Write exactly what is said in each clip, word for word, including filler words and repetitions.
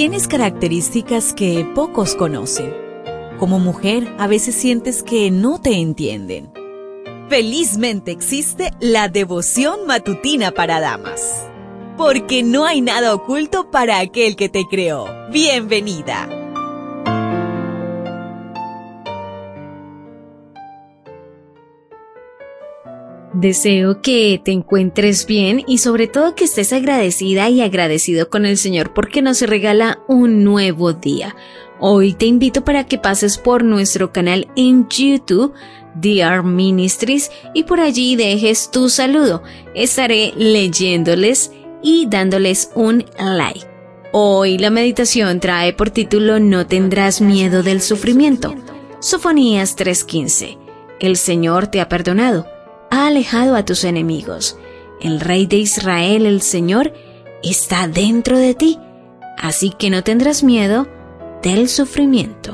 Tienes características que pocos conocen. Como mujer, a veces sientes que no te entienden. Felizmente existe la devoción matutina para damas. Porque no hay nada oculto para aquel que te creó. ¡Bienvenida! Deseo que te encuentres bien y sobre todo que estés agradecida y agradecido con el Señor porque nos regala un nuevo día. Hoy te invito para que pases por nuestro canal en YouTube, D R Ministries, y por allí dejes tu saludo. Estaré leyéndoles y dándoles un like. Hoy la meditación trae por título No tendrás miedo del sufrimiento. Sofonías tres quince. El Señor te ha perdonado. Ha alejado a tus enemigos. El Rey de Israel, el Señor, está dentro de ti, así que no tendrás miedo del sufrimiento.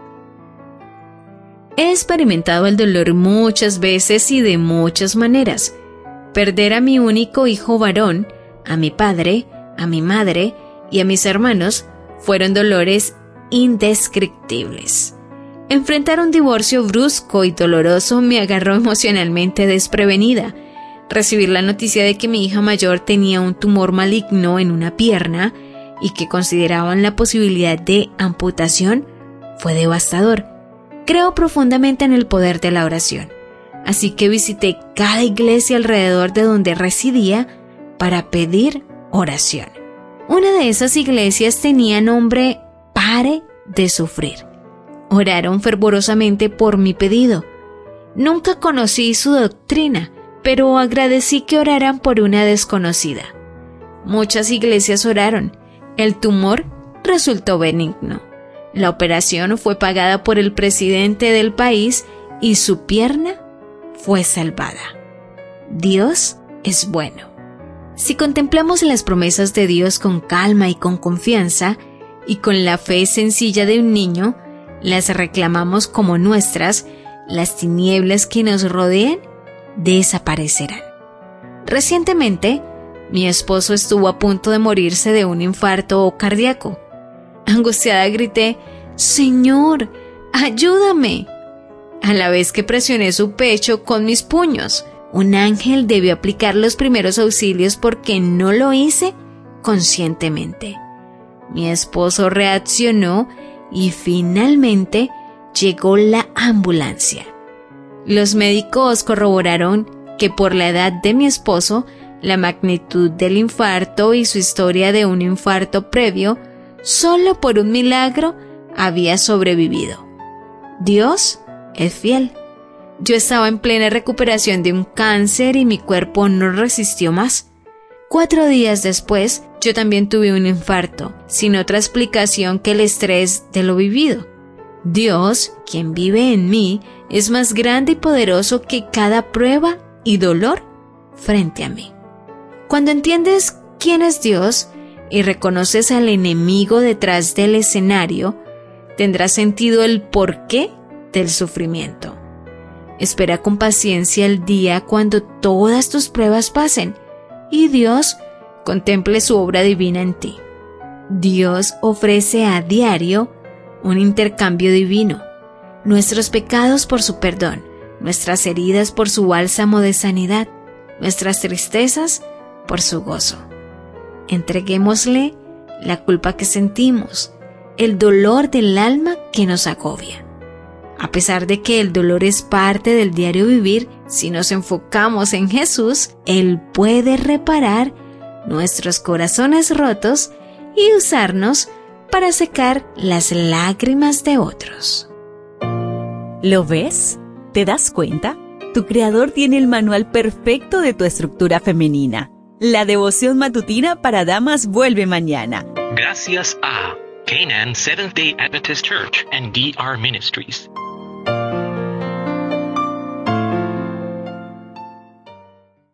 He experimentado el dolor muchas veces y de muchas maneras. Perder a mi único hijo varón, a mi padre, a mi madre y a mis hermanos fueron dolores indescriptibles. Enfrentar un divorcio brusco y doloroso me agarró emocionalmente desprevenida. Recibir la noticia de que mi hija mayor tenía un tumor maligno en una pierna y que consideraban la posibilidad de amputación fue devastador. Creo profundamente en el poder de la oración, así que visité cada iglesia alrededor de donde residía para pedir oración. Una de esas iglesias tenía nombre Pare de Sufrir. Oraron fervorosamente por mi pedido. Nunca conocí su doctrina, pero agradecí que oraran por una desconocida. Muchas iglesias oraron. El tumor resultó benigno. La operación fue pagada por el presidente del país y su pierna fue salvada. Dios es bueno. Si contemplamos las promesas de Dios con calma y con confianza, y con la fe sencilla de un niño, las reclamamos como nuestras, las tinieblas que nos rodean desaparecerán. Recientemente, mi esposo estuvo a punto de morirse de un infarto cardíaco. Angustiada grité, «Señor, ayúdame», a la vez que presioné su pecho con mis puños. Un ángel debió aplicar los primeros auxilios porque no lo hice conscientemente. Mi esposo reaccionó y finalmente llegó la ambulancia. Los médicos corroboraron que por la edad de mi esposo, la magnitud del infarto y su historia de un infarto previo, solo por un milagro había sobrevivido. Dios es fiel. Yo estaba en plena recuperación de un cáncer y mi cuerpo no resistió más. Cuatro días después, yo también tuve un infarto, sin otra explicación que el estrés de lo vivido. Dios, quien vive en mí, es más grande y poderoso que cada prueba y dolor frente a mí. Cuando entiendes quién es Dios y reconoces al enemigo detrás del escenario, tendrás sentido el porqué del sufrimiento. Espera con paciencia el día cuando todas tus pruebas pasen y Dios contemple su obra divina en ti. Dios ofrece a diario un intercambio divino, nuestros pecados por su perdón, nuestras heridas por su bálsamo de sanidad, nuestras tristezas por su gozo. Entreguémosle la culpa que sentimos, el dolor del alma que nos agobia. A pesar de que el dolor es parte del diario vivir, si nos enfocamos en Jesús, Él puede reparar nuestros corazones rotos y usarnos para secar las lágrimas de otros. ¿Lo ves? ¿Te das cuenta? Tu Creador tiene el manual perfecto de tu estructura femenina. La devoción matutina para damas vuelve mañana. Gracias a Canaan Seventh-day Adventist Church and D R Ministries.